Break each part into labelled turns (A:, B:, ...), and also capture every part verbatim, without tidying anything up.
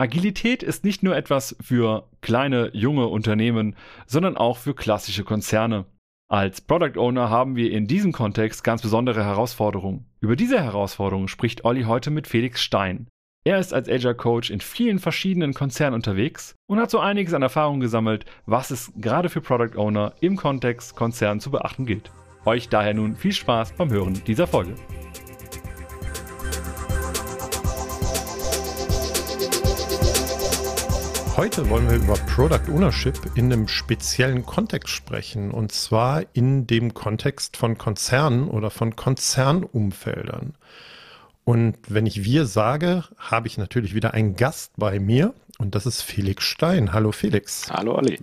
A: Agilität ist nicht nur etwas für kleine, junge Unternehmen, sondern auch für klassische Konzerne. Als Product Owner haben wir in diesem Kontext ganz besondere Herausforderungen. Über diese Herausforderungen spricht Olli heute mit Felix Stein. Er ist als Agile Coach in vielen verschiedenen Konzernen unterwegs und hat so einiges an Erfahrung gesammelt, was es gerade für Product Owner im Kontext Konzern zu beachten gilt. Euch daher nun viel Spaß beim Hören dieser Folge.
B: Heute wollen wir über Product Ownership in einem speziellen Kontext sprechen, und zwar in dem Kontext von Konzernen oder von Konzernumfeldern. Und wenn ich wir sage, habe ich natürlich wieder einen Gast bei mir, und das ist Felix Stein. Hallo Felix.
C: Hallo Olli.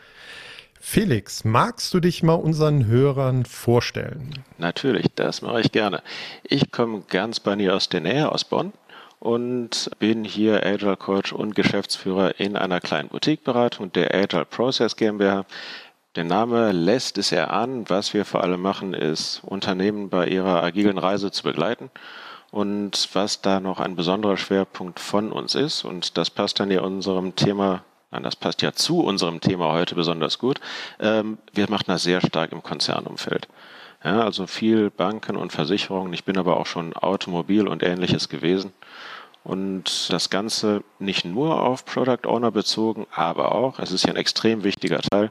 B: Felix, magst du dich mal unseren Hörern vorstellen?
C: Natürlich, das mache ich gerne. Ich komme ganz bei dir aus der Nähe, aus Bonn. Und bin hier Agile Coach und Geschäftsführer in einer kleinen Boutiqueberatung, der Agile Process GmbH. Der Name lässt es erahnen. Was wir vor allem machen, ist, Unternehmen bei ihrer agilen Reise zu begleiten. Und was da noch ein besonderer Schwerpunkt von uns ist, und das passt dann ja unserem Thema, nein, das passt ja zu unserem Thema heute besonders gut, ähm, wir machen das sehr stark im Konzernumfeld. Ja, also viel Banken und Versicherungen. Ich bin aber auch schon Automobil und Ähnliches gewesen. Und das Ganze nicht nur auf Product Owner bezogen, aber auch, es ist ja ein extrem wichtiger Teil.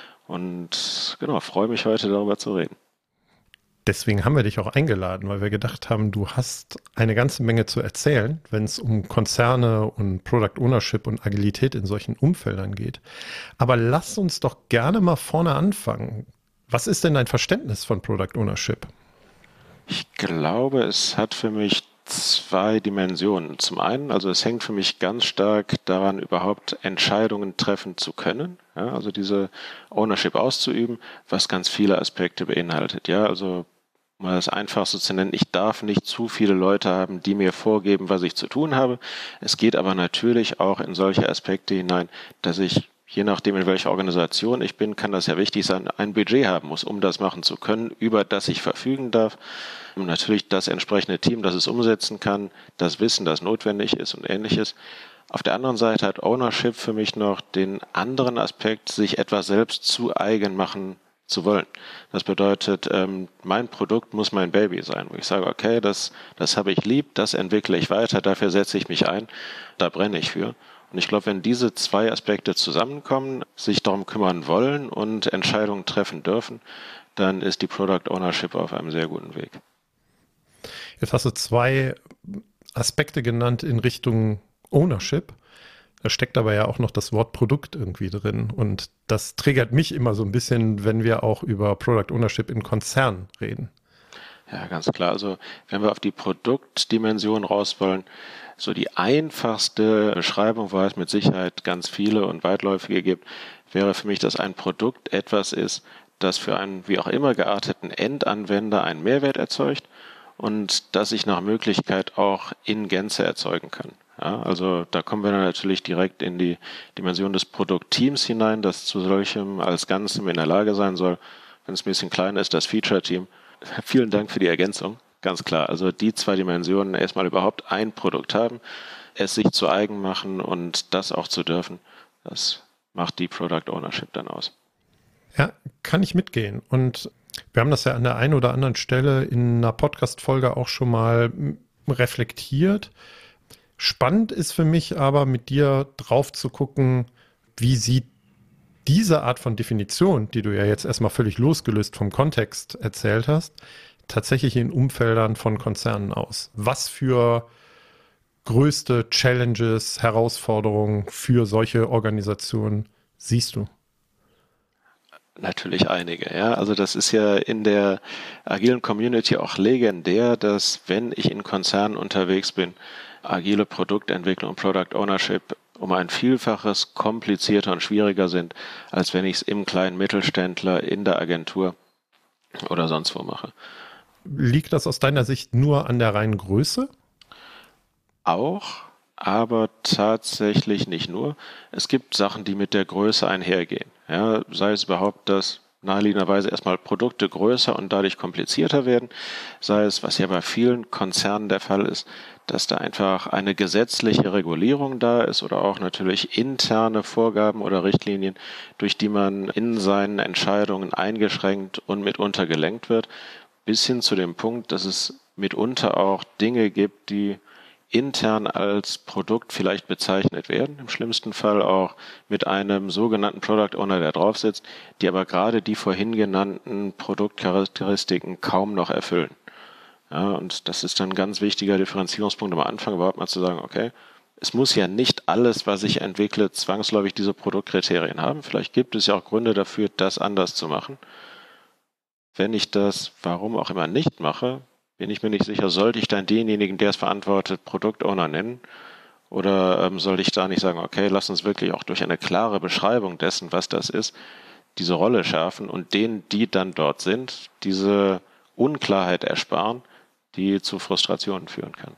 C: Und genau, freue mich heute darüber zu reden.
B: Deswegen haben wir dich auch eingeladen, weil wir gedacht haben, du hast eine ganze Menge zu erzählen, wenn es um Konzerne und Product Ownership und Agilität in solchen Umfeldern geht. Aber lass uns doch gerne mal vorne anfangen. Was ist denn dein Verständnis von Product Ownership?
C: Ich glaube, es hat für mich zwei Dimensionen. Zum einen, also es hängt für mich ganz stark daran, überhaupt Entscheidungen treffen zu können, ja, also diese Ownership auszuüben, was ganz viele Aspekte beinhaltet. Ja, also um das Einfachste zu nennen, ich darf nicht zu viele Leute haben, die mir vorgeben, was ich zu tun habe. Es geht aber natürlich auch in solche Aspekte hinein, dass ich, je nachdem, in welcher Organisation ich bin, kann das ja wichtig sein, ein Budget haben muss, um das machen zu können, über das ich verfügen darf. Und natürlich das entsprechende Team, das es umsetzen kann, das Wissen, das notwendig ist und Ähnliches. Auf der anderen Seite hat Ownership für mich noch den anderen Aspekt, sich etwas selbst zu eigen machen zu wollen. Das bedeutet, mein Produkt muss mein Baby sein, wo ich sage, okay, das, das habe ich lieb, das entwickle ich weiter, dafür setze ich mich ein, da brenne ich für. Und ich glaube, wenn diese zwei Aspekte zusammenkommen, sich darum kümmern wollen und Entscheidungen treffen dürfen, dann ist die Product Ownership auf einem sehr guten Weg.
B: Jetzt hast du zwei Aspekte genannt in Richtung Ownership. Da steckt aber ja auch noch das Wort Produkt irgendwie drin. Und das triggert mich immer so ein bisschen, wenn wir auch über Product Ownership in Konzernen reden.
C: Ja, ganz klar. Also wenn wir auf die Produktdimension raus wollen, so die einfachste Beschreibung, weil es mit Sicherheit ganz viele und weitläufige gibt, wäre für mich, dass ein Produkt etwas ist, das für einen wie auch immer gearteten Endanwender einen Mehrwert erzeugt und das ich nach Möglichkeit auch in Gänze erzeugen kann. Ja, also da kommen wir dann natürlich direkt in die Dimension des Produktteams hinein, das zu solchem als Ganzem in der Lage sein soll. Wenn es ein bisschen kleiner ist, das Feature-Team. Vielen Dank für die Ergänzung. Ganz klar, also die zwei Dimensionen, erstmal überhaupt ein Produkt haben, es sich zu eigen machen und das auch zu dürfen, das macht die Product Ownership dann aus.
B: Ja, kann ich mitgehen. Und wir haben das ja an der einen oder anderen Stelle in einer Podcast-Folge auch schon mal reflektiert. Spannend ist für mich aber, mit dir drauf zu gucken, wie sieht diese Art von Definition, die du ja jetzt erstmal völlig losgelöst vom Kontext erzählt hast, tatsächlich in Umfeldern von Konzernen aus. Was für größte Challenges, Herausforderungen für solche Organisationen siehst du?
C: Natürlich einige, ja. Also das ist ja in der agilen Community auch legendär, dass wenn ich in Konzernen unterwegs bin, agile Produktentwicklung und Product Ownership um ein Vielfaches komplizierter und schwieriger sind, als wenn ich es im kleinen Mittelständler, in der Agentur oder sonst wo mache.
B: Liegt das aus deiner Sicht nur an der reinen Größe?
C: Auch, aber tatsächlich nicht nur. Es gibt Sachen, die mit der Größe einhergehen. Ja, sei es überhaupt, dass naheliegenderweise erstmal Produkte größer und dadurch komplizierter werden. Sei es, was ja bei vielen Konzernen der Fall ist, dass da einfach eine gesetzliche Regulierung da ist oder auch natürlich interne Vorgaben oder Richtlinien, durch die man in seinen Entscheidungen eingeschränkt und mitunter gelenkt wird, bis hin zu dem Punkt, dass es mitunter auch Dinge gibt, die intern als Produkt vielleicht bezeichnet werden, im schlimmsten Fall auch mit einem sogenannten Product Owner, der drauf sitzt, die aber gerade die vorhin genannten Produktcharakteristiken kaum noch erfüllen. Ja, und das ist dann ein ganz wichtiger Differenzierungspunkt am Anfang, überhaupt mal zu sagen, okay, es muss ja nicht alles, was ich entwickle, zwangsläufig diese Produktkriterien haben. Vielleicht gibt es ja auch Gründe dafür, das anders zu machen. Wenn ich das, warum auch immer, nicht mache, bin ich mir nicht sicher, sollte ich dann denjenigen, der es verantwortet, Product Owner nennen? Oder ähm, sollte ich da nicht sagen, okay, lass uns wirklich auch durch eine klare Beschreibung dessen, was das ist, diese Rolle schärfen und denen, die dann dort sind, diese Unklarheit ersparen, die zu Frustrationen führen kann.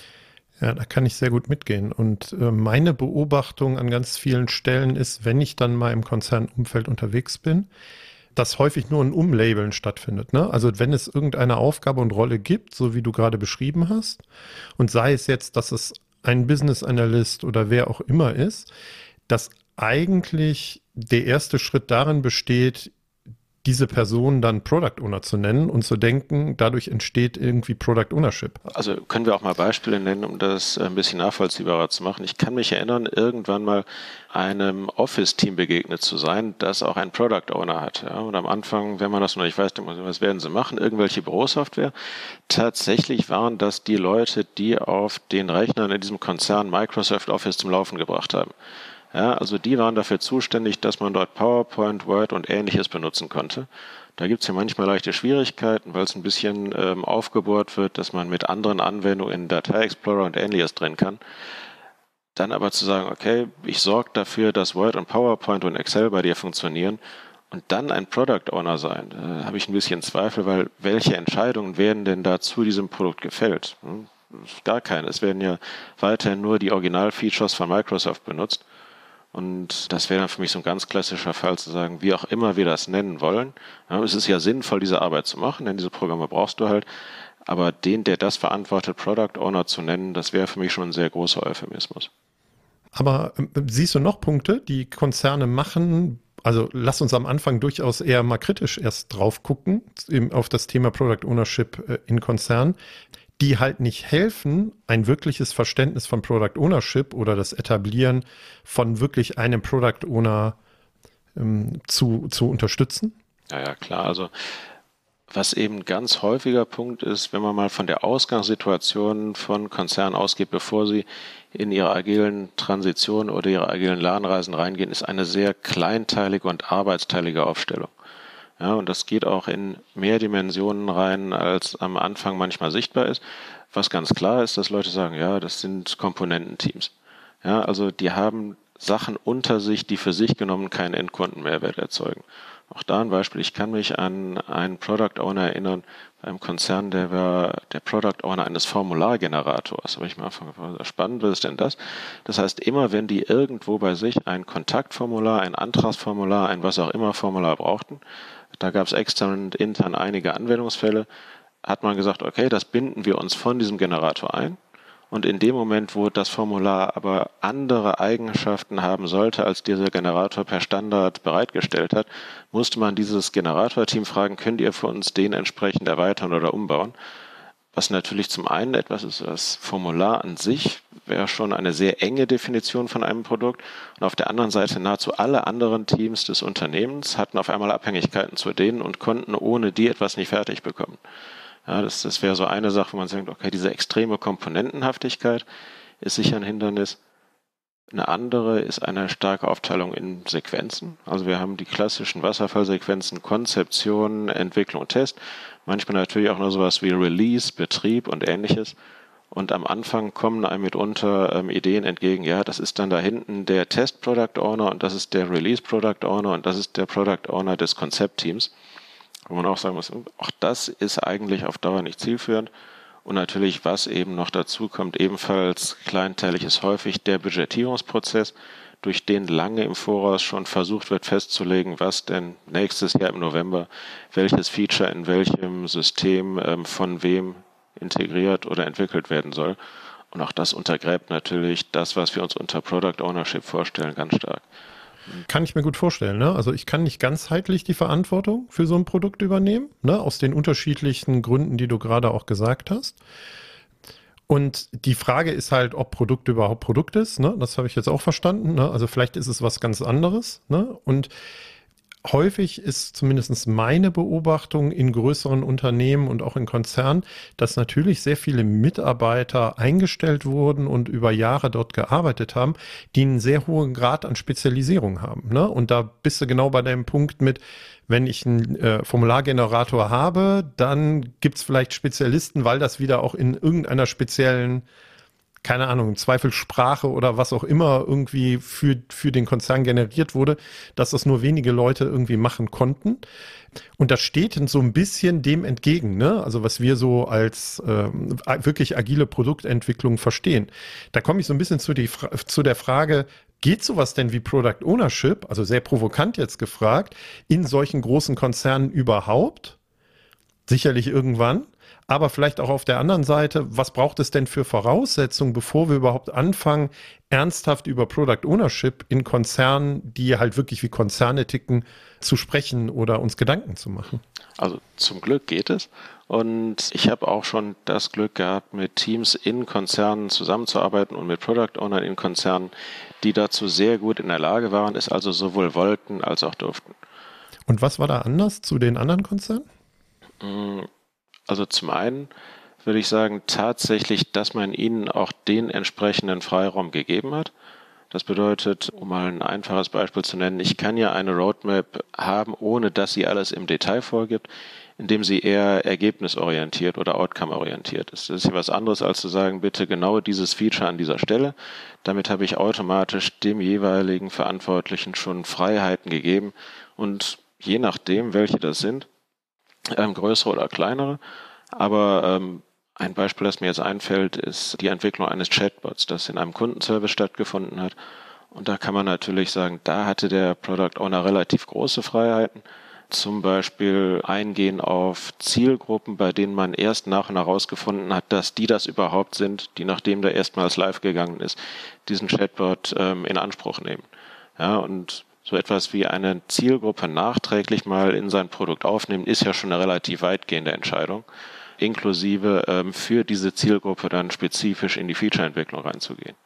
B: Ja, da kann ich sehr gut mitgehen. Und äh, meine Beobachtung an ganz vielen Stellen ist, wenn ich dann mal im Konzernumfeld unterwegs bin, dass häufig nur ein Umlabeln stattfindet. Ne? Also wenn es irgendeine Aufgabe und Rolle gibt, so wie du gerade beschrieben hast, und sei es jetzt, dass es ein Business Analyst oder wer auch immer ist, dass eigentlich der erste Schritt darin besteht, diese Person dann Product Owner zu nennen und zu denken, dadurch entsteht irgendwie Product Ownership.
C: Also können wir auch mal Beispiele nennen, um das ein bisschen nachvollziehbarer zu machen. Ich kann mich erinnern, irgendwann mal einem Office-Team begegnet zu sein, das auch einen Product Owner hat. Ja, und am Anfang, wenn man das noch nicht weiß, denkt man, was werden sie machen? Irgendwelche Bürosoftware. Tatsächlich waren das die Leute, die auf den Rechnern in diesem Konzern Microsoft Office zum Laufen gebracht haben. Ja, also die waren dafür zuständig, dass man dort PowerPoint, Word und Ähnliches benutzen konnte. Da gibt es ja manchmal leichte Schwierigkeiten, weil es ein bisschen ähm, aufgebohrt wird, dass man mit anderen Anwendungen in Datei Explorer und Ähnliches drin kann. Dann aber zu sagen, okay, ich sorge dafür, dass Word und PowerPoint und Excel bei dir funktionieren und dann ein Product Owner sein, da habe ich ein bisschen Zweifel, weil welche Entscheidungen werden denn da zu diesem Produkt gefällt? Hm? Gar keine. Es werden ja weiterhin nur die Original-Features von Microsoft benutzt. Und das wäre dann für mich so ein ganz klassischer Fall zu sagen, wie auch immer wir das nennen wollen. Ja, es ist ja sinnvoll, diese Arbeit zu machen, denn diese Programme brauchst du halt. Aber den, der das verantwortet, Product Owner zu nennen, das wäre für mich schon ein sehr großer Euphemismus.
B: Aber äh, siehst du noch Punkte, die Konzerne machen? Also lass uns am Anfang durchaus eher mal kritisch erst drauf gucken, eben auf das Thema Product Ownership äh, in Konzernen, die halt nicht helfen, ein wirkliches Verständnis von Product Ownership oder das Etablieren von wirklich einem Product Owner ähm, zu, zu unterstützen?
C: Ja, ja, klar. Also was eben ein ganz häufiger Punkt ist, wenn man mal von der Ausgangssituation von Konzernen ausgeht, bevor sie in ihre agilen Transitionen oder ihre agilen Lernreisen reingehen, ist eine sehr kleinteilige und arbeitsteilige Aufstellung. Ja, und das geht auch in mehr Dimensionen rein, als am Anfang manchmal sichtbar ist. Was ganz klar ist, dass Leute sagen, ja, das sind Komponententeams. Ja, also die haben Sachen unter sich, die für sich genommen keinen Endkundenmehrwert erzeugen. Auch da ein Beispiel, ich kann mich an einen Product Owner erinnern, beim Konzern, der war der Product Owner eines Formulargenerators. Aber ich mal anfangen, spannend, was ist denn das? Das heißt, immer wenn die irgendwo bei sich ein Kontaktformular, ein Antragsformular, ein was auch immer Formular brauchten, da gab es extern und intern einige Anwendungsfälle, hat man gesagt, okay, das binden wir uns von diesem Generator ein. Und in dem Moment, wo das Formular aber andere Eigenschaften haben sollte, als dieser Generator per Standard bereitgestellt hat, musste man dieses Generatorteam fragen, könnt ihr für uns den entsprechend erweitern oder umbauen? Was natürlich zum einen etwas ist, das Formular an sich wäre schon eine sehr enge Definition von einem Produkt. Und auf der anderen Seite nahezu alle anderen Teams des Unternehmens hatten auf einmal Abhängigkeiten zu denen und konnten ohne die etwas nicht fertig bekommen. Ja, das, das wäre so eine Sache, wo man sagt, okay, diese extreme Komponentenhaftigkeit ist sicher ein Hindernis. Eine andere ist eine starke Aufteilung in Sequenzen. Also wir haben die klassischen Wasserfallsequenzen, Konzeption, Entwicklung, Test. Manchmal natürlich auch noch sowas wie Release, Betrieb und Ähnliches. Und am Anfang kommen einem mitunter ähm, Ideen entgegen, ja, das ist dann da hinten der Test-Product Owner und das ist der Release-Product Owner und das ist der Product Owner des Konzeptteams. Wo man auch sagen muss, auch das ist eigentlich auf Dauer nicht zielführend. Und natürlich, was eben noch dazu kommt, ebenfalls kleinteilig ist häufig der Budgetierungsprozess, durch den lange im Voraus schon versucht wird festzulegen, was denn nächstes Jahr im November, welches Feature in welchem System ähm, von wem integriert oder entwickelt werden soll. Und auch das untergräbt natürlich das, was wir uns unter Product Ownership vorstellen, ganz stark.
B: Kann ich mir gut vorstellen, ne? Also ich kann nicht ganzheitlich die Verantwortung für so ein Produkt übernehmen, ne? Aus den unterschiedlichen Gründen, die du gerade auch gesagt hast. Und die Frage ist halt, ob Produkt überhaupt Produkt ist, ne? Das habe ich jetzt auch verstanden, ne? Also vielleicht ist es was ganz anderes, ne? Und häufig ist zumindest meine Beobachtung in größeren Unternehmen und auch in Konzernen, dass natürlich sehr viele Mitarbeiter eingestellt wurden und über Jahre dort gearbeitet haben, die einen sehr hohen Grad an Spezialisierung haben, ne? Und da bist du genau bei deinem Punkt mit, wenn ich einen äh, Formulargenerator habe, dann gibt's vielleicht Spezialisten, weil das wieder auch in irgendeiner speziellen, keine Ahnung, Zweifelsprache oder was auch immer irgendwie für, für den Konzern generiert wurde, dass das nur wenige Leute irgendwie machen konnten. Und das steht so ein bisschen dem entgegen, ne? Also was wir so als ähm, wirklich agile Produktentwicklung verstehen. Da komme ich so ein bisschen zu, die, zu der Frage, geht sowas denn wie Product Ownership, also sehr provokant jetzt gefragt, in solchen großen Konzernen überhaupt? Sicherlich irgendwann. Aber vielleicht auch auf der anderen Seite, was braucht es denn für Voraussetzungen, bevor wir überhaupt anfangen, ernsthaft über Product Ownership in Konzernen, die halt wirklich wie Konzerne ticken, zu sprechen oder uns Gedanken zu machen?
C: Also zum Glück geht es. Und ich habe auch schon das Glück gehabt, mit Teams in Konzernen zusammenzuarbeiten und mit Product Ownern in Konzernen, die dazu sehr gut in der Lage waren, es also sowohl wollten als auch durften.
B: Und was war da anders zu den anderen Konzernen?
C: Also zum einen würde ich sagen, tatsächlich, dass man ihnen auch den entsprechenden Freiraum gegeben hat. Das bedeutet, um mal ein einfaches Beispiel zu nennen, ich kann ja eine Roadmap haben, ohne dass sie alles im Detail vorgibt, indem sie eher ergebnisorientiert oder outcome-orientiert ist. Das ist ja was anderes, als zu sagen, bitte genau dieses Feature an dieser Stelle. Damit habe ich automatisch dem jeweiligen Verantwortlichen schon Freiheiten gegeben und je nachdem, welche das sind, ähm, größere oder kleinere, aber ähm, ein Beispiel, das mir jetzt einfällt, ist die Entwicklung eines Chatbots, das in einem Kundenservice stattgefunden hat. Und da kann man natürlich sagen, da hatte der Product Owner relativ große Freiheiten. Zum Beispiel eingehen auf Zielgruppen, bei denen man erst nach und nach herausgefunden hat, dass die das überhaupt sind, die nachdem der erstmals live gegangen ist, diesen Chatbot ähm, in Anspruch nehmen. Ja, und so etwas wie eine Zielgruppe nachträglich mal in sein Produkt aufnehmen, ist ja schon eine relativ weitgehende Entscheidung, inklusive ähm, für diese Zielgruppe dann spezifisch in die Feature-Entwicklung reinzugehen.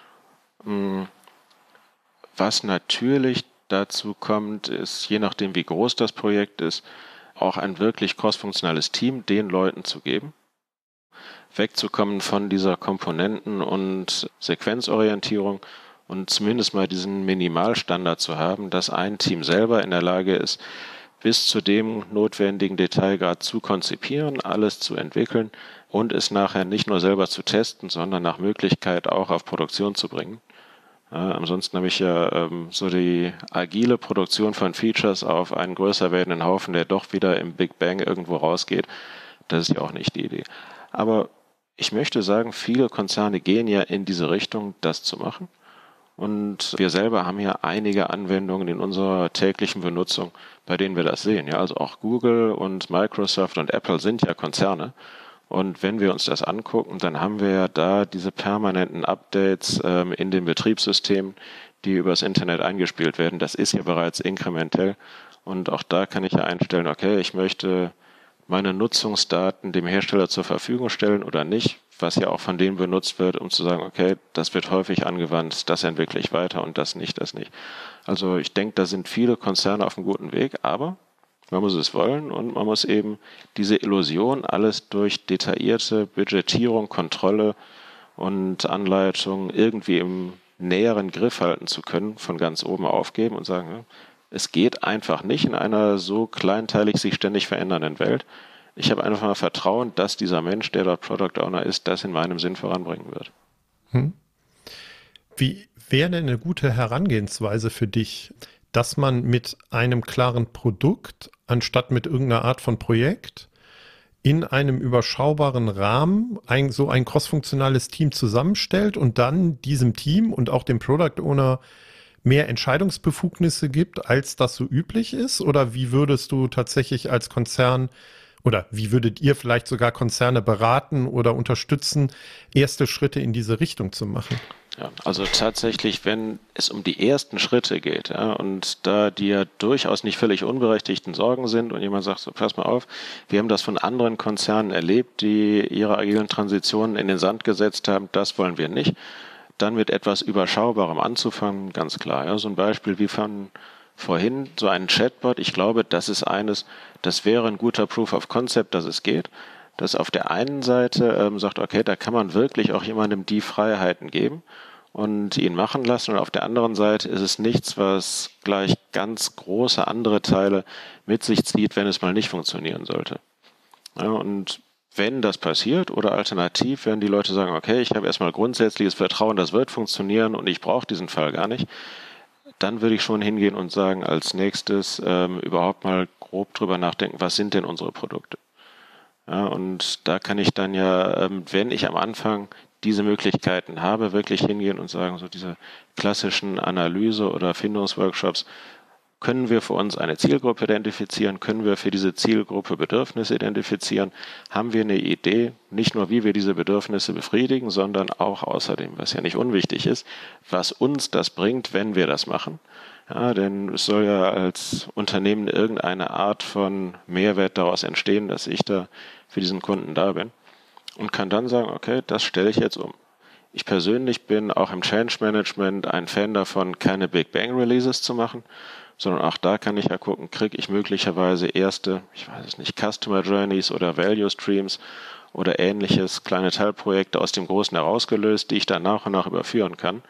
C: Was natürlich dazu kommt, ist, je nachdem wie groß das Projekt ist, auch ein wirklich crossfunktionales Team den Leuten zu geben, wegzukommen von dieser Komponenten- und Sequenzorientierung und zumindest mal diesen Minimalstandard zu haben, dass ein Team selber in der Lage ist, bis zu dem notwendigen Detailgrad zu konzipieren, alles zu entwickeln und es nachher nicht nur selber zu testen, sondern nach Möglichkeit auch auf Produktion zu bringen. Ja, ansonsten habe ich ja ähm, so die agile Produktion von Features auf einen größer werdenden Haufen, der doch wieder im Big Bang irgendwo rausgeht. Das ist ja auch nicht die Idee. Aber ich möchte sagen, viele Konzerne gehen ja in diese Richtung, das zu machen. Und wir selber haben ja einige Anwendungen in unserer täglichen Benutzung, bei denen wir das sehen. Ja, also auch Google und Microsoft und Apple sind ja Konzerne. Und wenn wir uns das angucken, dann haben wir ja da diese permanenten Updates ähm, in den Betriebssystemen, die übers Internet eingespielt werden. Das ist ja bereits inkrementell. Und auch da kann ich ja einstellen, okay, ich möchte meine Nutzungsdaten dem Hersteller zur Verfügung stellen oder nicht, was ja auch von denen benutzt wird, um zu sagen, okay, das wird häufig angewandt, das entwickle ich weiter und das nicht, das nicht. Also ich denke, da sind viele Konzerne auf einem guten Weg, aber man muss es wollen und man muss eben diese Illusion alles durch detaillierte Budgetierung, Kontrolle und Anleitung irgendwie im näheren Griff halten zu können, von ganz oben aufgeben und sagen, ja, es geht einfach nicht in einer so kleinteilig sich ständig verändernden Welt. Ich habe einfach mal Vertrauen, dass dieser Mensch, der dort Product Owner ist, das in meinem Sinn voranbringen wird.
B: Hm. Wie wäre denn eine gute Herangehensweise für dich, dass man mit einem klaren Produkt, anstatt mit irgendeiner Art von Projekt, in einem überschaubaren Rahmen ein, so ein crossfunktionales Team zusammenstellt und dann diesem Team und auch dem Product Owner mehr Entscheidungsbefugnisse gibt, als das so üblich ist? Oder wie würdest du tatsächlich als Konzern oder wie würdet ihr vielleicht sogar Konzerne beraten oder unterstützen, erste Schritte in diese Richtung zu machen?
C: Ja, also tatsächlich, wenn es um die ersten Schritte geht, ja, und da die ja durchaus nicht völlig unberechtigten Sorgen sind und jemand sagt, so, pass mal auf, wir haben das von anderen Konzernen erlebt, die ihre agilen Transitionen in den Sand gesetzt haben, das wollen wir nicht, dann mit etwas Überschaubarem anzufangen, ganz klar. Ja, so ein Beispiel wie von vorhin, so ein Chatbot, ich glaube, das ist eines, das wäre ein guter Proof of Concept, dass es geht, dass auf der einen Seite ähm, sagt, okay, da kann man wirklich auch jemandem die Freiheiten geben und ihn machen lassen. Und auf der anderen Seite ist es nichts, was gleich ganz große andere Teile mit sich zieht, wenn es mal nicht funktionieren sollte. Ja, und wenn das passiert oder alternativ, wenn die Leute sagen, okay, ich habe erstmal grundsätzliches Vertrauen, das wird funktionieren und ich brauche diesen Fall gar nicht, dann würde ich schon hingehen und sagen, als nächstes ähm, überhaupt mal grob drüber nachdenken, was sind denn unsere Produkte? Ja, und da kann ich dann ja, ähm, wenn ich am Anfang diese Möglichkeiten habe, wirklich hingehen und sagen, so diese klassischen Analyse- oder Findungsworkshops, können wir für uns eine Zielgruppe identifizieren, können wir für diese Zielgruppe Bedürfnisse identifizieren, haben wir eine Idee, nicht nur wie wir diese Bedürfnisse befriedigen, sondern auch außerdem, was ja nicht unwichtig ist, was uns das bringt, wenn wir das machen. Ja, denn es soll ja als Unternehmen irgendeine Art von Mehrwert daraus entstehen, dass ich da für diesen Kunden da bin und kann dann sagen, okay, das stelle ich jetzt um. Ich persönlich bin auch im Change Management ein Fan davon, keine Big Bang Releases zu machen, sondern auch da kann ich ja gucken, kriege ich möglicherweise erste, ich weiß es nicht, Customer Journeys oder Value Streams oder ähnliches, kleine Teilprojekte aus dem Großen herausgelöst, die ich dann nach und nach überführen kann.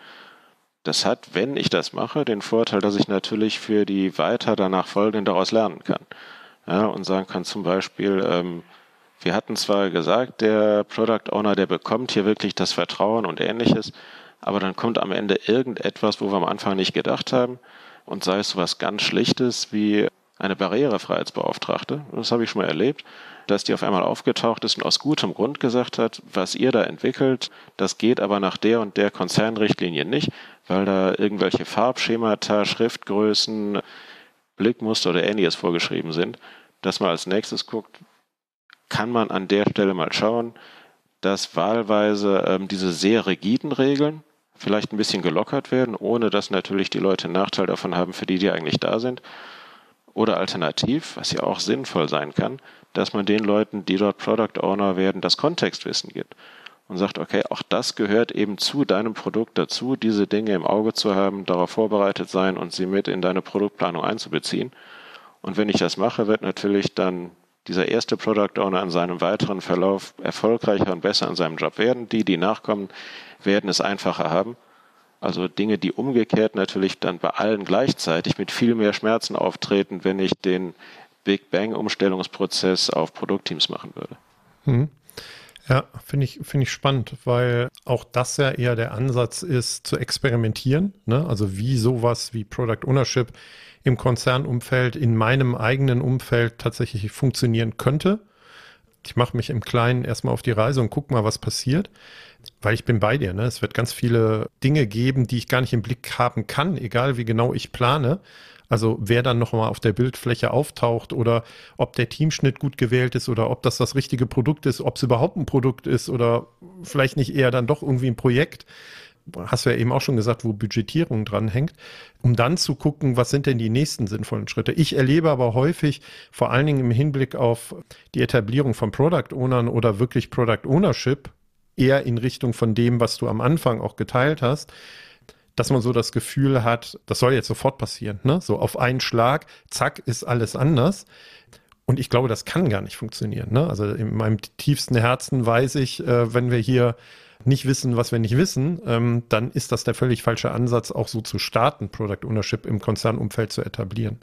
C: Das hat, wenn ich das mache, den Vorteil, dass ich natürlich für die weiter danach folgenden daraus lernen kann. Ja, und sagen kann zum Beispiel, ähm, wir hatten zwar gesagt, der Product Owner, der bekommt hier wirklich das Vertrauen und ähnliches, aber dann kommt am Ende irgendetwas, wo wir am Anfang nicht gedacht haben, und sei es so was ganz Schlichtes wie eine Barrierefreiheitsbeauftragte, das habe ich schon mal erlebt, dass die auf einmal aufgetaucht ist und aus gutem Grund gesagt hat, was ihr da entwickelt, das geht aber nach der und der Konzernrichtlinie nicht, weil da irgendwelche Farbschemata, Schriftgrößen, Blickmuster oder ähnliches vorgeschrieben sind, dass man als nächstes guckt, kann man an der Stelle mal schauen, dass wahlweise ähm, diese sehr rigiden Regeln vielleicht ein bisschen gelockert werden, ohne dass natürlich die Leute einen Nachteil davon haben, für die, die eigentlich da sind. Oder alternativ, was ja auch sinnvoll sein kann, dass man den Leuten, die dort Product Owner werden, das Kontextwissen gibt und sagt, okay, auch das gehört eben zu deinem Produkt dazu, diese Dinge im Auge zu haben, darauf vorbereitet sein und sie mit in deine Produktplanung einzubeziehen. Und wenn ich das mache, wird natürlich dann dieser erste Product Owner in seinem weiteren Verlauf erfolgreicher und besser in seinem Job werden. Die, die nachkommen, werden es einfacher haben. Also Dinge, die umgekehrt natürlich dann bei allen gleichzeitig mit viel mehr Schmerzen auftreten, wenn ich den Big Bang Umstellungsprozess auf Produktteams machen würde.
B: Hm. Ja, finde ich, finde ich spannend, weil auch das ja eher der Ansatz ist, zu experimentieren, ne? Also wie sowas wie Product Ownership im Konzernumfeld, in meinem eigenen Umfeld tatsächlich funktionieren könnte. Ich mache mich im Kleinen erstmal auf die Reise und gucke mal, was passiert, weil ich bin bei dir. Ne? Es wird ganz viele Dinge geben, die ich gar nicht im Blick haben kann, egal wie genau ich plane. Also wer dann nochmal auf der Bildfläche auftaucht oder ob der Teamschnitt gut gewählt ist oder ob das das richtige Produkt ist, ob es überhaupt ein Produkt ist oder vielleicht nicht eher dann doch irgendwie ein Projekt. Hast du ja eben auch schon gesagt, wo Budgetierung dran hängt, um dann zu gucken, was sind denn die nächsten sinnvollen Schritte. Ich erlebe aber häufig, vor allen Dingen im Hinblick auf die Etablierung von Product Ownern oder wirklich Product Ownership, eher in Richtung von dem, was du am Anfang auch geteilt hast, dass man so das Gefühl hat, das soll jetzt sofort passieren, ne? So auf einen Schlag, zack, ist alles anders. Und ich glaube, das kann gar nicht funktionieren, ne? Also in meinem tiefsten Herzen weiß ich, äh, wenn wir hier nicht wissen, was wir nicht wissen, ähm, dann ist das der völlig falsche Ansatz, auch so zu starten, Product Ownership im Konzernumfeld zu etablieren.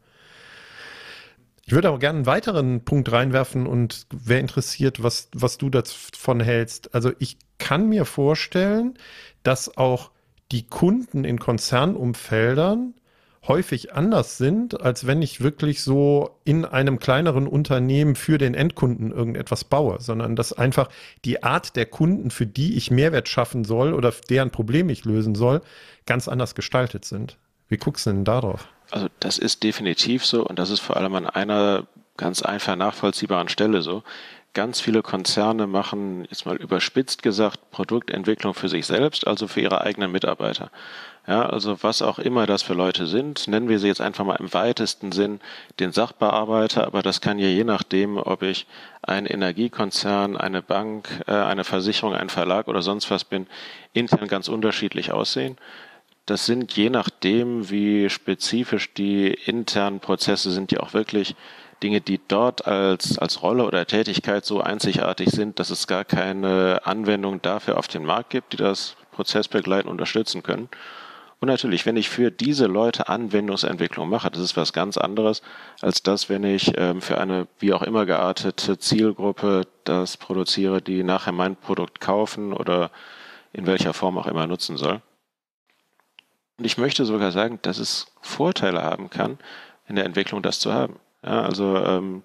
B: Ich würde aber gerne einen weiteren Punkt reinwerfen und wer interessiert, was, was du davon hältst. Also ich kann mir vorstellen, dass auch die Kunden in Konzernumfeldern häufig anders sind, als wenn ich wirklich so in einem kleineren Unternehmen für den Endkunden irgendetwas baue, sondern dass einfach die Art der Kunden, für die ich Mehrwert schaffen soll oder deren Problem ich lösen soll, ganz anders gestaltet sind. Wie guckst du denn darauf?
C: Also das ist definitiv so und das ist vor allem an einer ganz einfach nachvollziehbaren Stelle so. Ganz viele Konzerne machen, jetzt mal überspitzt gesagt, Produktentwicklung für sich selbst, also für ihre eigenen Mitarbeiter. Ja, also was auch immer das für Leute sind, nennen wir sie jetzt einfach mal im weitesten Sinn den Sachbearbeiter, aber das kann ja je nachdem, ob ich ein Energiekonzern, eine Bank, äh, eine Versicherung, ein Verlag oder sonst was bin, intern ganz unterschiedlich aussehen. Das sind je nachdem, wie spezifisch die internen Prozesse sind, die auch wirklich Dinge, die dort als, als Rolle oder Tätigkeit so einzigartig sind, dass es gar keine Anwendung dafür auf den Markt gibt, die das prozessbegleitend unterstützen können. Und natürlich, wenn ich für diese Leute Anwendungsentwicklung mache, das ist was ganz anderes, als das, wenn ich ähm, für eine wie auch immer geartete Zielgruppe das produziere, die nachher mein Produkt kaufen oder in welcher Form auch immer nutzen soll. Und ich möchte sogar sagen, dass es Vorteile haben kann, in der Entwicklung das zu haben. Ja, also ähm,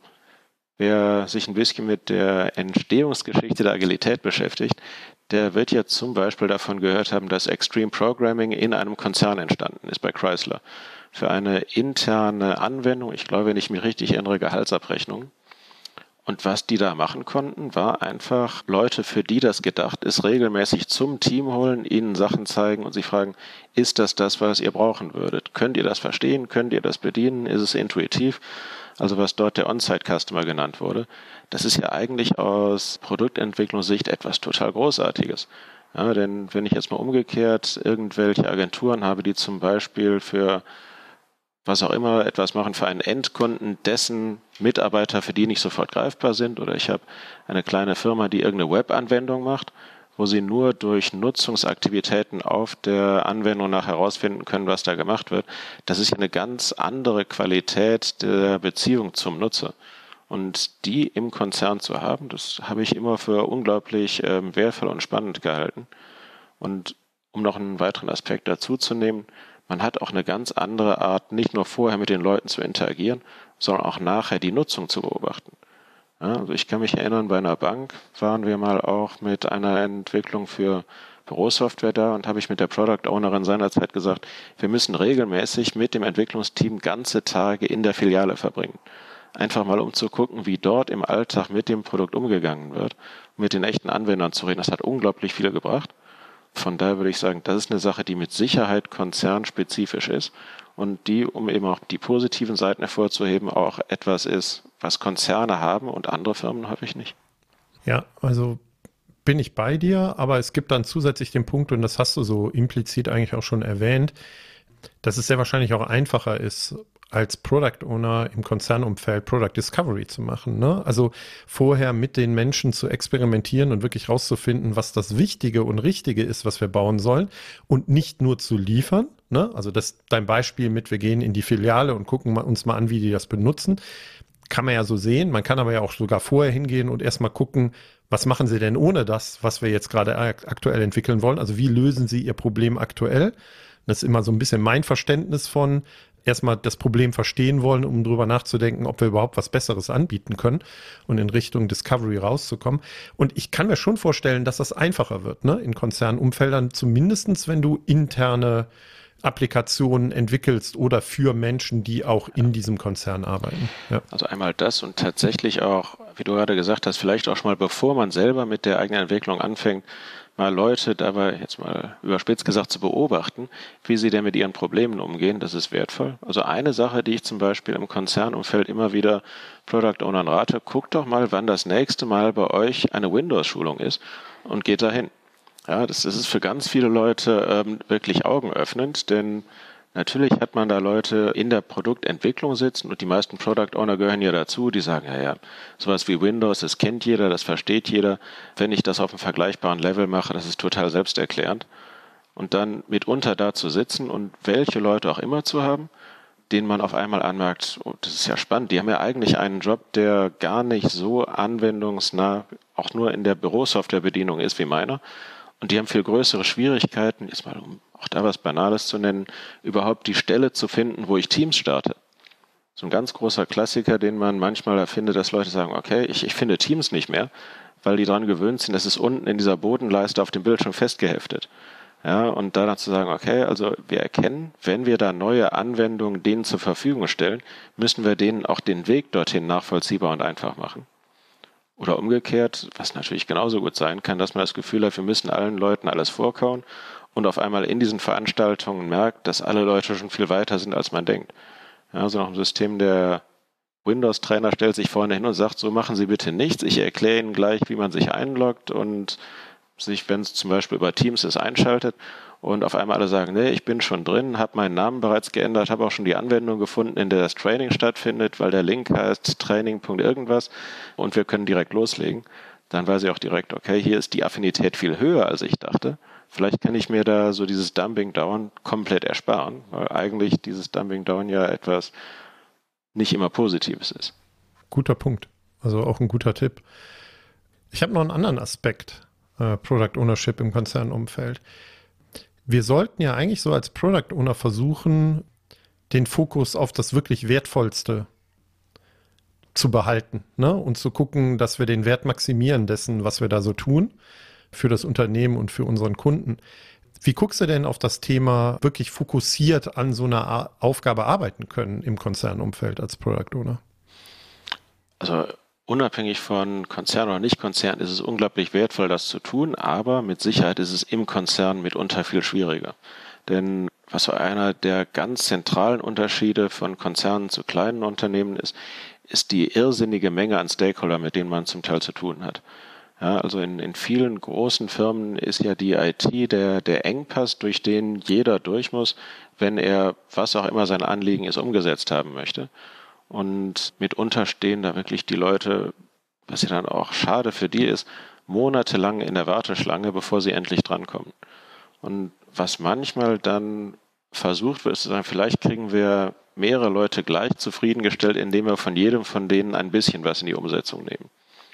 C: wer sich ein bisschen mit der Entstehungsgeschichte der Agilität beschäftigt, der wird ja zum Beispiel davon gehört haben, dass Extreme Programming in einem Konzern entstanden ist bei Chrysler. Für eine interne Anwendung, ich glaube, wenn ich mich richtig erinnere, Gehaltsabrechnung. Und was die da machen konnten, war einfach Leute, für die das gedacht ist, regelmäßig zum Team holen, ihnen Sachen zeigen und sie fragen, ist das das, was ihr brauchen würdet? Könnt ihr das verstehen? Könnt ihr das bedienen? Ist es intuitiv? Also was dort der On-Site-Customer genannt wurde, das ist ja eigentlich aus Produktentwicklungssicht etwas total Großartiges. Ja, denn wenn ich jetzt mal umgekehrt irgendwelche Agenturen habe, die zum Beispiel für was auch immer etwas machen für einen Endkunden, dessen Mitarbeiter für die nicht sofort greifbar sind, oder ich habe eine kleine Firma, die irgendeine Webanwendung macht, wo sie nur durch Nutzungsaktivitäten auf der Anwendung nach herausfinden können, was da gemacht wird. Das ist ja eine ganz andere Qualität der Beziehung zum Nutzer. Und die im Konzern zu haben, das habe ich immer für unglaublich äh, wertvoll und spannend gehalten. Und um noch einen weiteren Aspekt dazu zu nehmen, man hat auch eine ganz andere Art, nicht nur vorher mit den Leuten zu interagieren, sondern auch nachher die Nutzung zu beobachten. Ja, also ich kann mich erinnern, bei einer Bank waren wir mal auch mit einer Entwicklung für Bürosoftware da und habe ich mit der Product Ownerin seinerzeit gesagt, wir müssen regelmäßig mit dem Entwicklungsteam ganze Tage in der Filiale verbringen. Einfach mal um zu gucken, wie dort im Alltag mit dem Produkt umgegangen wird, mit den echten Anwendern zu reden. Das hat unglaublich viel gebracht. Von daher würde ich sagen, das ist eine Sache, die mit Sicherheit konzernspezifisch ist und die, um eben auch die positiven Seiten hervorzuheben, auch etwas ist, was Konzerne haben und andere Firmen häufig nicht.
B: Ja, also bin ich bei dir, aber es gibt dann zusätzlich den Punkt, und das hast du so implizit eigentlich auch schon erwähnt, dass es sehr wahrscheinlich auch einfacher ist, als Product Owner im Konzernumfeld Product Discovery zu machen. Ne? Also vorher mit den Menschen zu experimentieren und wirklich rauszufinden, was das Wichtige und Richtige ist, was wir bauen sollen und nicht nur zu liefern. Ne? Also das dein Beispiel mit, wir gehen in die Filiale und gucken uns mal an, wie die das benutzen. Kann man ja so sehen. Man kann aber ja auch sogar vorher hingehen und erstmal gucken, was machen sie denn ohne das, was wir jetzt gerade aktuell entwickeln wollen? Also wie lösen sie ihr Problem aktuell? Das ist immer so ein bisschen mein Verständnis von erstmal das Problem verstehen wollen, um drüber nachzudenken, ob wir überhaupt was Besseres anbieten können und in Richtung Discovery rauszukommen. Und ich kann mir schon vorstellen, dass das einfacher wird, ne? In Konzernumfeldern, zumindestens wenn du interne Applikationen entwickelst oder für Menschen, die auch in diesem Konzern arbeiten. Ja.
C: Also einmal das und tatsächlich auch, wie du gerade gesagt hast, vielleicht auch schon mal, bevor man selber mit der eigenen Entwicklung anfängt, mal Leute dabei, jetzt mal überspitzt gesagt, zu beobachten, wie sie denn mit ihren Problemen umgehen, das ist wertvoll. Also eine Sache, die ich zum Beispiel im Konzernumfeld immer wieder Product Ownern rate, guckt doch mal, wann das nächste Mal bei euch eine Windows-Schulung ist und geht dahin. Ja, das, das ist für ganz viele Leute ähm, wirklich augenöffnend, denn natürlich hat man da Leute in der Produktentwicklung sitzen und die meisten Product Owner gehören ja dazu, die sagen, ja, ja, sowas wie Windows, das kennt jeder, das versteht jeder. Wenn ich das auf einem vergleichbaren Level mache, das ist total selbsterklärend. Und dann mitunter da zu sitzen und welche Leute auch immer zu haben, denen man auf einmal anmerkt, oh, das ist ja spannend, die haben ja eigentlich einen Job, der gar nicht so anwendungsnah, auch nur in der Bürosoftwarebedienung ist wie meiner. Und die haben viel größere Schwierigkeiten, jetzt mal um auch da was Banales zu nennen, überhaupt die Stelle zu finden, wo ich Teams starte. So ein ganz großer Klassiker, den man manchmal erfindet, dass Leute sagen, okay, ich, ich finde Teams nicht mehr, weil die daran gewöhnt sind, das ist unten in dieser Bodenleiste auf dem Bildschirm festgeheftet. Ja, und dann zu sagen, okay, also wir erkennen, wenn wir da neue Anwendungen denen zur Verfügung stellen, müssen wir denen auch den Weg dorthin nachvollziehbar und einfach machen. Oder umgekehrt, was natürlich genauso gut sein kann, dass man das Gefühl hat, wir müssen allen Leuten alles vorkauen und auf einmal in diesen Veranstaltungen merkt, dass alle Leute schon viel weiter sind, als man denkt. Ja, so nach dem System der Windows-Trainer stellt sich vorne hin und sagt, so machen Sie bitte nichts, ich erkläre Ihnen gleich, wie man sich einloggt und sich, wenn es zum Beispiel über Teams ist, einschaltet und auf einmal alle sagen, nee, ich bin schon drin, habe meinen Namen bereits geändert, habe auch schon die Anwendung gefunden, in der das Training stattfindet, weil der Link heißt Training. irgendwas und wir können direkt loslegen. Dann weiß ich auch direkt, okay, hier ist die Affinität viel höher, als ich dachte. Vielleicht kann ich mir da so dieses Dumping Down komplett ersparen, weil eigentlich dieses Dumping Down ja etwas nicht immer Positives ist.
B: Guter Punkt. Also auch ein guter Tipp. Ich habe noch einen anderen Aspekt. Product Ownership im Konzernumfeld. Wir sollten ja eigentlich so als Product Owner versuchen, den Fokus auf das wirklich Wertvollste zu behalten, ne? Und zu gucken, dass wir den Wert maximieren dessen, was wir da so tun, für das Unternehmen und für unseren Kunden. Wie guckst du denn auf das Thema wirklich fokussiert an so einer Aufgabe arbeiten können im Konzernumfeld als Product Owner?
C: Also unabhängig von Konzern oder Nicht-Konzern ist es unglaublich wertvoll, das zu tun, aber mit Sicherheit ist es im Konzern mitunter viel schwieriger. Denn was so einer der ganz zentralen Unterschiede von Konzernen zu kleinen Unternehmen ist, ist die irrsinnige Menge an Stakeholder, mit denen man zum Teil zu tun hat. Ja, also in, in vielen großen Firmen ist ja die I T der, der Engpass, durch den jeder durch muss, wenn er, was auch immer sein Anliegen ist, umgesetzt haben möchte. Und mitunter stehen da wirklich die Leute, was ja dann auch schade für die ist, monatelang in der Warteschlange, bevor sie endlich drankommen. Und was manchmal dann versucht wird, ist zu sagen, vielleicht kriegen wir mehrere Leute gleich zufriedengestellt, indem wir von jedem von denen ein bisschen was in die Umsetzung nehmen.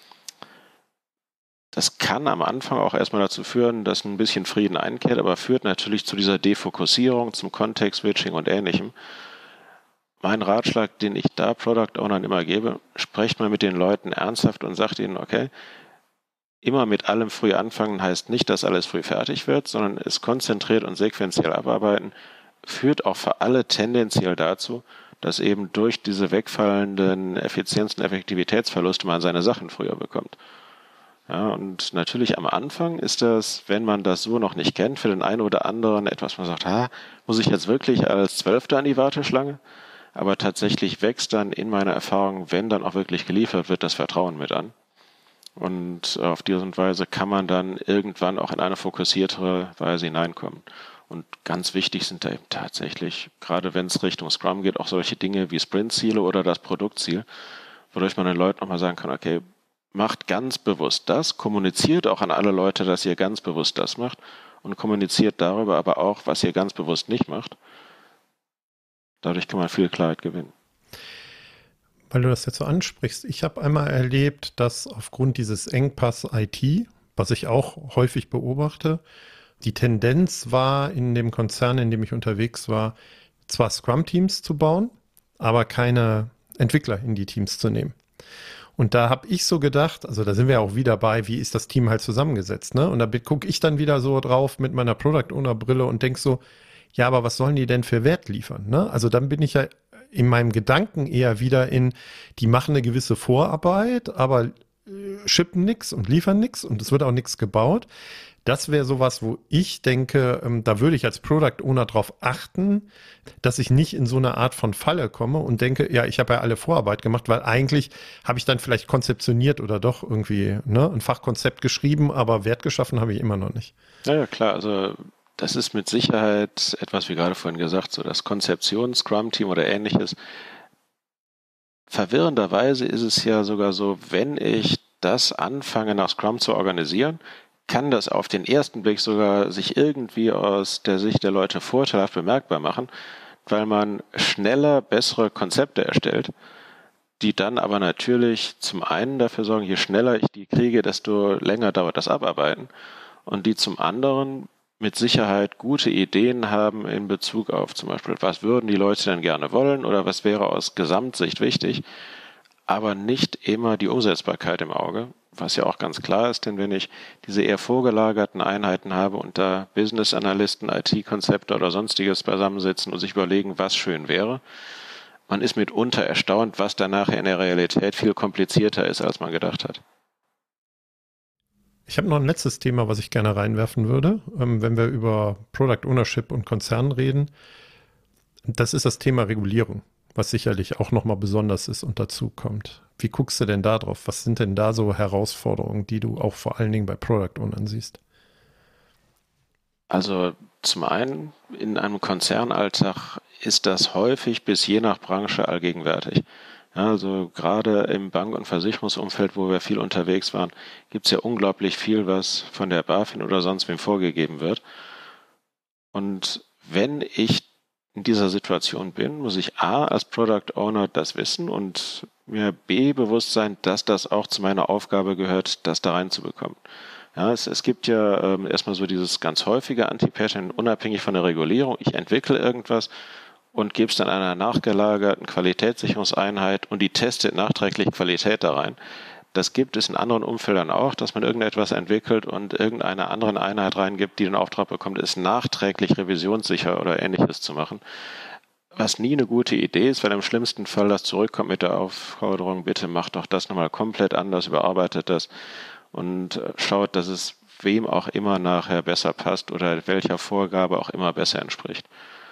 C: Das kann am Anfang auch erstmal dazu führen, dass ein bisschen Frieden einkehrt, aber führt natürlich zu dieser Defokussierung, zum Context-Switching und Ähnlichem. Mein Ratschlag, den ich da Product Ownern immer gebe, sprecht mal mit den Leuten ernsthaft und sagt ihnen, okay, immer mit allem früh anfangen heißt nicht, dass alles früh fertig wird, sondern es konzentriert und sequenziell abarbeiten, führt auch für alle tendenziell dazu, dass eben durch diese wegfallenden Effizienz- und Effektivitätsverluste man seine Sachen früher bekommt. Ja, und natürlich am Anfang ist das, wenn man das so noch nicht kennt, für den einen oder anderen etwas, man sagt, ha, muss ich jetzt wirklich als Zwölfter an die Warteschlange? Aber tatsächlich wächst dann in meiner Erfahrung, wenn dann auch wirklich geliefert wird, das Vertrauen mit an. Und auf diese Art und Weise kann man dann irgendwann auch in eine fokussiertere Weise hineinkommen. Und ganz wichtig sind da eben tatsächlich, gerade wenn es Richtung Scrum geht, auch solche Dinge wie Sprintziele oder das Produktziel, wodurch man den Leuten nochmal sagen kann, okay, macht ganz bewusst das, kommuniziert auch an alle Leute, dass ihr ganz bewusst das macht und kommuniziert darüber aber auch, was ihr ganz bewusst nicht macht. Dadurch kann man viel Klarheit gewinnen.
B: Weil du das jetzt so ansprichst, ich habe einmal erlebt, dass aufgrund dieses Engpass I T, was ich auch häufig beobachte, die Tendenz war in dem Konzern, in dem ich unterwegs war, zwar Scrum-Teams zu bauen, aber keine Entwickler in die Teams zu nehmen. Und da habe ich so gedacht, also da sind wir auch wieder bei, wie ist das Team halt zusammengesetzt, ne? Und da gucke ich dann wieder so drauf mit meiner Product-Owner-Brille und denke so, ja, aber was sollen die denn für Wert liefern, ne? Also dann bin ich ja in meinem Gedanken eher wieder in, die machen eine gewisse Vorarbeit, aber äh, shippen nichts und liefern nichts und es wird auch nichts gebaut. Das wäre sowas, wo ich denke, ähm, da würde ich als Product Owner drauf achten, dass ich nicht in so eine Art von Falle komme und denke, ja, ich habe ja alle Vorarbeit gemacht, weil eigentlich habe ich dann vielleicht konzeptioniert oder doch irgendwie, ne, ein Fachkonzept geschrieben, aber Wert geschaffen habe ich immer noch nicht.
C: Ja, ja, klar, also das ist mit Sicherheit etwas, wie gerade vorhin gesagt, so das Konzeption, Scrum-Team oder Ähnliches. Verwirrenderweise ist es ja sogar so, wenn ich das anfange, nach Scrum zu organisieren, kann das auf den ersten Blick sogar sich irgendwie aus der Sicht der Leute vorteilhaft bemerkbar machen, weil man schneller bessere Konzepte erstellt, die dann aber natürlich zum einen dafür sorgen, je schneller ich die kriege, desto länger dauert das Abarbeiten und die zum anderen mit Sicherheit gute Ideen haben in Bezug auf zum Beispiel, was würden die Leute denn gerne wollen oder was wäre aus Gesamtsicht wichtig, aber nicht immer die Umsetzbarkeit im Auge, was ja auch ganz klar ist, denn wenn ich diese eher vorgelagerten Einheiten habe und da Business-Analysten, I T-Konzepte oder sonstiges beisammensitzen und sich überlegen, was schön wäre, man ist mitunter erstaunt, was dann nachher in der Realität viel komplizierter ist, als man gedacht hat.
B: Ich habe noch ein letztes Thema, was ich gerne reinwerfen würde, ähm, wenn wir über Product Ownership und Konzern reden. Das ist das Thema Regulierung, was sicherlich auch nochmal besonders ist und dazu kommt. Wie guckst du denn da drauf? Was sind denn da so Herausforderungen, die du auch vor allen Dingen bei Product Ownern siehst?
C: Also zum einen in einem Konzernalltag ist das häufig bis je nach Branche allgegenwärtig. Ja, also gerade im Bank- und Versicherungsumfeld, wo wir viel unterwegs waren, gibt es ja unglaublich viel, was von der BaFin oder sonst wem vorgegeben wird. Und wenn ich in dieser Situation bin, muss ich A, als Product Owner das wissen und mir B, bewusst sein, dass das auch zu meiner Aufgabe gehört, das da reinzubekommen. Ja, es, es gibt ja ähm, erstmal so dieses ganz häufige Anti-Pattern, unabhängig von der Regulierung. Ich entwickle irgendwas und gebe es dann einer nachgelagerten Qualitätssicherungseinheit und die testet nachträglich Qualität da rein. Das gibt es in anderen Umfeldern auch, dass man irgendetwas entwickelt und irgendeiner anderen Einheit reingibt, die den Auftrag bekommt, es nachträglich revisionssicher oder Ähnliches zu machen. Was nie eine gute Idee ist, weil im schlimmsten Fall das zurückkommt mit der Aufforderung, bitte macht doch das nochmal komplett anders, überarbeitet das und schaut, dass es wem auch immer nachher besser passt oder welcher Vorgabe auch immer besser entspricht.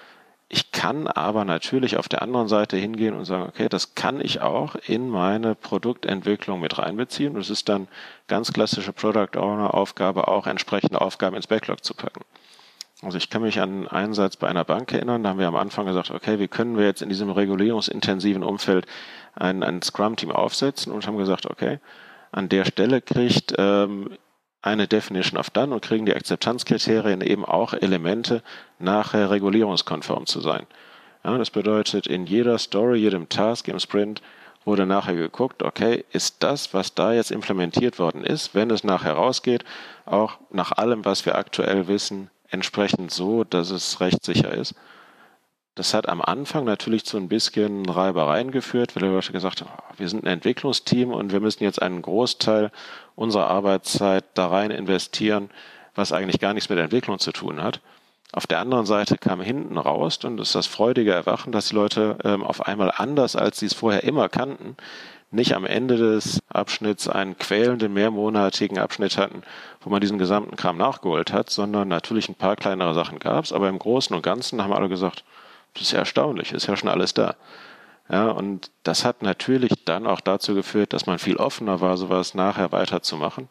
C: Ich kann aber natürlich auf der anderen Seite hingehen und sagen, okay, das kann ich auch in meine Produktentwicklung mit reinbeziehen. Das ist dann ganz klassische Product Owner Aufgabe, auch entsprechende Aufgaben ins Backlog zu packen. Also ich kann mich an einen Einsatz bei einer Bank erinnern, da haben wir am Anfang gesagt, okay, wie können wir jetzt in diesem regulierungsintensiven Umfeld ein, ein Scrum-Team aufsetzen und haben gesagt, okay, an der Stelle kriegt ähm, eine Definition of Done und kriegen die Akzeptanzkriterien eben auch Elemente, nachher regulierungskonform zu sein. Ja, das bedeutet, in jeder Story, jedem Task im Sprint wurde nachher geguckt, okay, ist das, was da jetzt implementiert worden ist, wenn es nachher rausgeht, auch nach allem, was wir aktuell wissen, entsprechend so, dass es rechtssicher ist. Das hat am Anfang natürlich zu ein bisschen Reibereien geführt, weil die Leute gesagt haben, wir sind ein Entwicklungsteam und wir müssen jetzt einen Großteil unserer Arbeitszeit da rein investieren, was eigentlich gar nichts mit der Entwicklung zu tun hat. Auf der anderen Seite kam hinten raus, und das ist das freudige Erwachen, dass die Leute ähm, auf einmal anders, als sie es vorher immer kannten, nicht am Ende des Abschnitts einen quälenden, mehrmonatigen Abschnitt hatten, wo man diesen gesamten Kram nachgeholt hat, sondern natürlich ein paar kleinere Sachen gab es, aber im Großen und Ganzen haben alle gesagt, das ist ja erstaunlich, ist ja schon alles da. Ja, und das hat natürlich dann auch dazu geführt, dass man viel offener war, sowas nachher weiterzumachen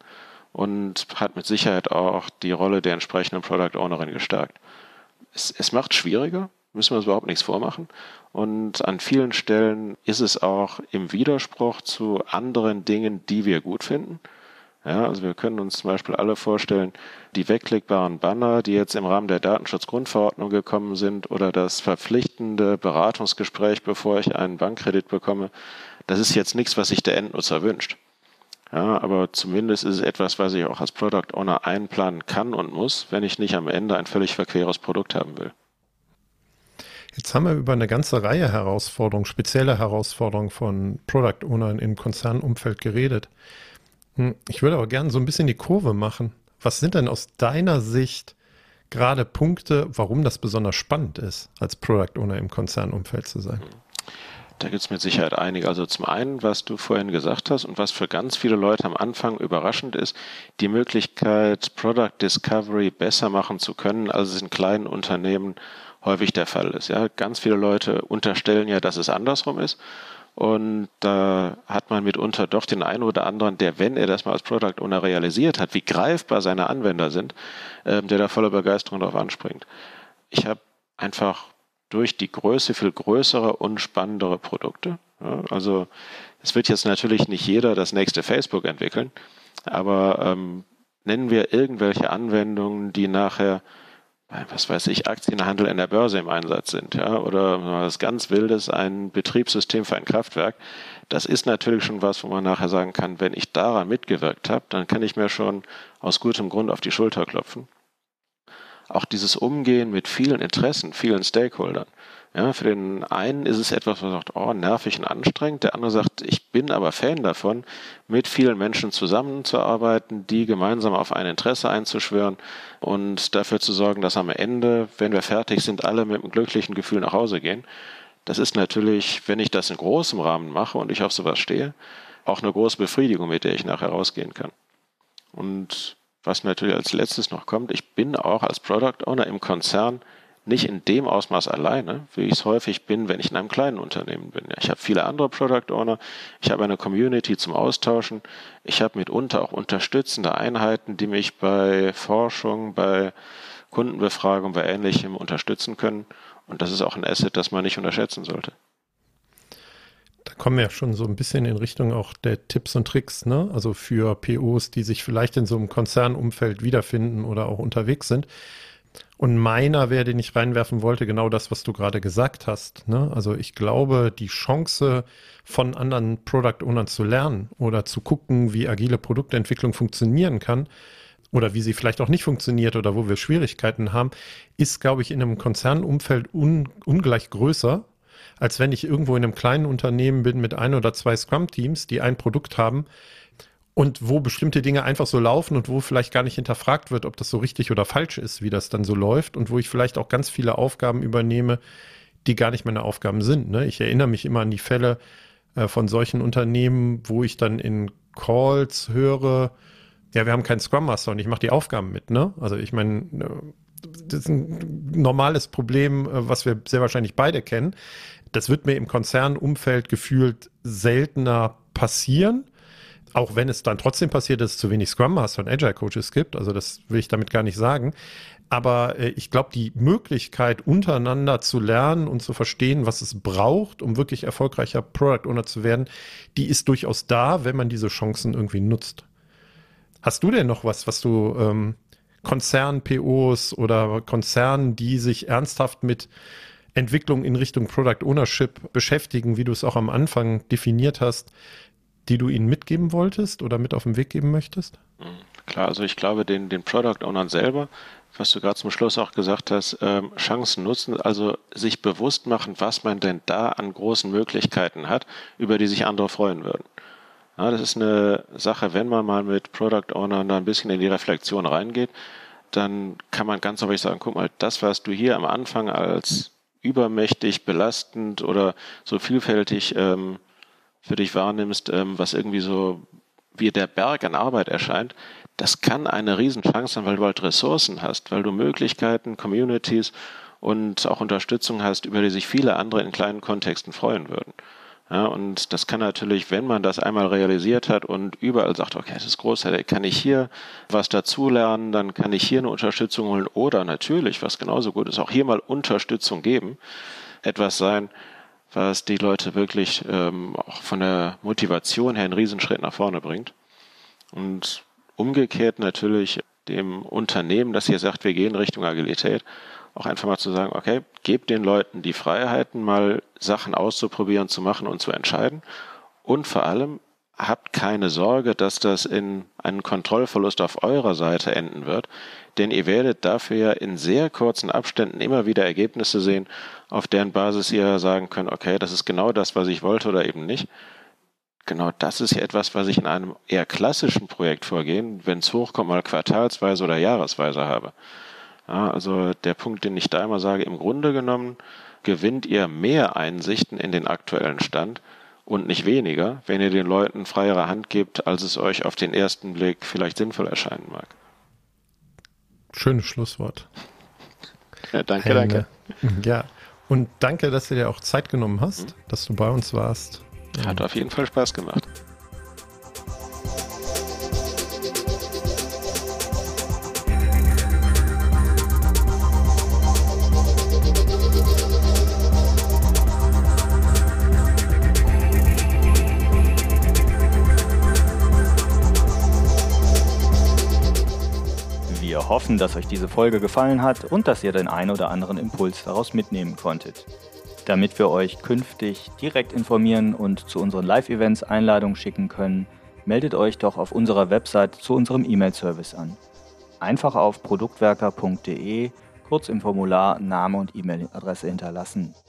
C: und hat mit Sicherheit auch die Rolle der entsprechenden Product Ownerin gestärkt. Es, es macht schwieriger, müssen wir uns überhaupt nichts vormachen. Und an vielen Stellen ist es auch im Widerspruch zu anderen Dingen, die wir gut finden. Ja, also wir können uns zum Beispiel alle vorstellen, die wegklickbaren Banner, die jetzt im Rahmen der Datenschutzgrundverordnung gekommen sind, oder das verpflichtende Beratungsgespräch, bevor ich einen Bankkredit bekomme, das ist jetzt nichts, was sich der Endnutzer wünscht. Ja, aber zumindest ist es etwas, was ich auch als Product Owner einplanen kann und muss, wenn ich nicht am Ende ein völlig verqueres Produkt haben will.
B: Jetzt haben wir über eine ganze Reihe Herausforderungen, spezielle Herausforderungen von Product Ownern im Konzernumfeld geredet. Ich würde aber gerne so ein bisschen die Kurve machen. Was sind denn aus deiner Sicht gerade Punkte, warum das besonders spannend ist, als Product Owner im Konzernumfeld zu sein?
C: Da gibt es mit Sicherheit einige. Also zum einen, was du vorhin gesagt hast und was für ganz viele Leute am Anfang überraschend ist, die Möglichkeit, Product Discovery besser machen zu können, als es in kleinen Unternehmen häufig der Fall ist. Ja, ganz viele Leute unterstellen ja, dass es andersrum ist. Und da hat man mitunter doch den einen oder anderen, der, wenn er das mal als Product Owner realisiert hat, wie greifbar seine Anwender sind, äh, der da voller Begeisterung darauf anspringt. Ich habe einfach durch die Größe viel größere und spannendere Produkte. Ja, also es wird jetzt natürlich nicht jeder das nächste Facebook entwickeln, aber ähm, nennen wir irgendwelche Anwendungen, die nachher, was weiß ich, Aktienhandel in der Börse im Einsatz sind, ja, oder was ganz Wildes, ein Betriebssystem für ein Kraftwerk. Das ist natürlich schon was, wo man nachher sagen kann, wenn ich daran mitgewirkt habe, dann kann ich mir schon aus gutem Grund auf die Schulter klopfen. auch dieses Umgehen mit vielen Interessen, vielen Stakeholdern. Ja, für den einen ist es etwas, was sagt, oh, nervig und anstrengend. Der andere sagt, ich bin aber Fan davon, mit vielen Menschen zusammenzuarbeiten, die gemeinsam auf ein Interesse einzuschwören und dafür zu sorgen, dass am Ende, wenn wir fertig sind, alle mit einem glücklichen Gefühl nach Hause gehen. Das ist natürlich, wenn ich das in großem Rahmen mache und ich auf sowas stehe, auch eine große Befriedigung, mit der ich nachher rausgehen kann. Und was natürlich als letztes noch kommt, ich bin auch als Product Owner im Konzern nicht in dem Ausmaß alleine, wie ich es häufig bin, wenn ich in einem kleinen Unternehmen bin. Ich habe viele andere Product Owner, ich habe eine Community zum Austauschen, ich habe mitunter auch unterstützende Einheiten, die mich bei Forschung, bei Kundenbefragung, bei Ähnlichem unterstützen können. Und das ist auch ein Asset, das man nicht unterschätzen sollte.
B: Da kommen wir ja schon so ein bisschen in Richtung auch der Tipps und Tricks, ne? Also für P Os, die sich vielleicht in so einem Konzernumfeld wiederfinden oder auch unterwegs sind. Und meiner wäre, den ich reinwerfen wollte, genau das, was du gerade gesagt hast, ne? Also ich glaube, die Chance von anderen Product Ownern zu lernen oder zu gucken, wie agile Produktentwicklung funktionieren kann oder wie sie vielleicht auch nicht funktioniert oder wo wir Schwierigkeiten haben, ist, glaube ich, in einem Konzernumfeld un- ungleich größer, als wenn ich irgendwo in einem kleinen Unternehmen bin mit ein oder zwei Scrum-Teams, die ein Produkt haben und wo bestimmte Dinge einfach so laufen und wo vielleicht gar nicht hinterfragt wird, ob das so richtig oder falsch ist, wie das dann so läuft und wo ich vielleicht auch ganz viele Aufgaben übernehme, die gar nicht meine Aufgaben sind. Ne? Ich erinnere mich immer an die Fälle äh, von solchen Unternehmen, wo ich dann in Calls höre, ja, wir haben keinen Scrum Master und ich mache die Aufgaben mit. Ne? Also ich meine, das ist ein normales Problem, was wir sehr wahrscheinlich beide kennen. Das wird mir im Konzernumfeld gefühlt seltener passieren. Auch wenn es dann trotzdem passiert, dass es zu wenig Scrum Master und Agile Coaches gibt. Also das will ich damit gar nicht sagen. Aber äh, ich glaube, die Möglichkeit, untereinander zu lernen und zu verstehen, was es braucht, um wirklich erfolgreicher Product Owner zu werden, die ist durchaus da, wenn man diese Chancen irgendwie nutzt. Hast du denn noch was, was du ähm, Konzern-P Os oder Konzernen, die sich ernsthaft mit Entwicklung in Richtung Product Ownership beschäftigen, wie du es auch am Anfang definiert hast, die du ihnen mitgeben wolltest oder mit auf den Weg geben möchtest?
C: Klar, also ich glaube, den, den Product Ownern selber, was du gerade zum Schluss auch gesagt hast, ähm, Chancen nutzen, also sich bewusst machen, was man denn da an großen Möglichkeiten hat, über die sich andere freuen würden. Ja, das ist eine Sache, wenn man mal mit Product Ownern da ein bisschen in die Reflexion reingeht, dann kann man ganz häufig sagen, guck mal, das, was du hier am Anfang als übermächtig, belastend oder so vielfältig ähm, für dich wahrnimmst, ähm, was irgendwie so wie der Berg an Arbeit erscheint, das kann eine Riesenchance sein, weil du halt Ressourcen hast, weil du Möglichkeiten, Communities und auch Unterstützung hast, über die sich viele andere in kleinen Kontexten freuen würden. Ja, und das kann natürlich, wenn man das einmal realisiert hat und überall sagt, okay, das ist großartig, kann ich hier was dazulernen, dann kann ich hier eine Unterstützung holen oder natürlich, was genauso gut ist, auch hier mal Unterstützung geben, etwas sein, was die Leute wirklich ähm, auch von der Motivation her einen Riesenschritt nach vorne bringt. Und umgekehrt natürlich dem Unternehmen, das hier sagt, wir gehen Richtung Agilität, auch einfach mal zu sagen, okay, gebt den Leuten die Freiheiten, mal Sachen auszuprobieren, zu machen und zu entscheiden. Und vor allem, habt keine Sorge, dass das in einen Kontrollverlust auf eurer Seite enden wird, denn ihr werdet dafür ja in sehr kurzen Abständen immer wieder Ergebnisse sehen, auf deren Basis ihr sagen könnt, okay, das ist genau das, was ich wollte oder eben nicht. Genau das ist ja etwas, was ich in einem eher klassischen Projekt vorgehen, wenn es hochkommt, mal quartalsweise oder jahresweise habe. Ja, also der Punkt, den ich da immer sage, im Grunde genommen gewinnt ihr mehr Einsichten in den aktuellen Stand und nicht weniger, wenn ihr den Leuten freiere Hand gebt, als es euch auf den ersten Blick vielleicht sinnvoll erscheinen mag.
B: Schönes Schlusswort.
C: Ja, danke,
B: Eine,
C: danke.
B: Ja, und danke, dass du dir auch Zeit genommen hast, mhm. dass du bei uns warst.
C: Hat auf jeden Fall Spaß gemacht.
D: Wir hoffen, dass euch diese Folge gefallen hat und dass ihr den ein oder anderen Impuls daraus mitnehmen konntet. Damit wir euch künftig direkt informieren und zu unseren Live-Events Einladungen schicken können, meldet euch doch auf unserer Website zu unserem E-Mail-Service an. Einfach auf produktwerker punkt de kurz im Formular Name und E-Mail-Adresse hinterlassen.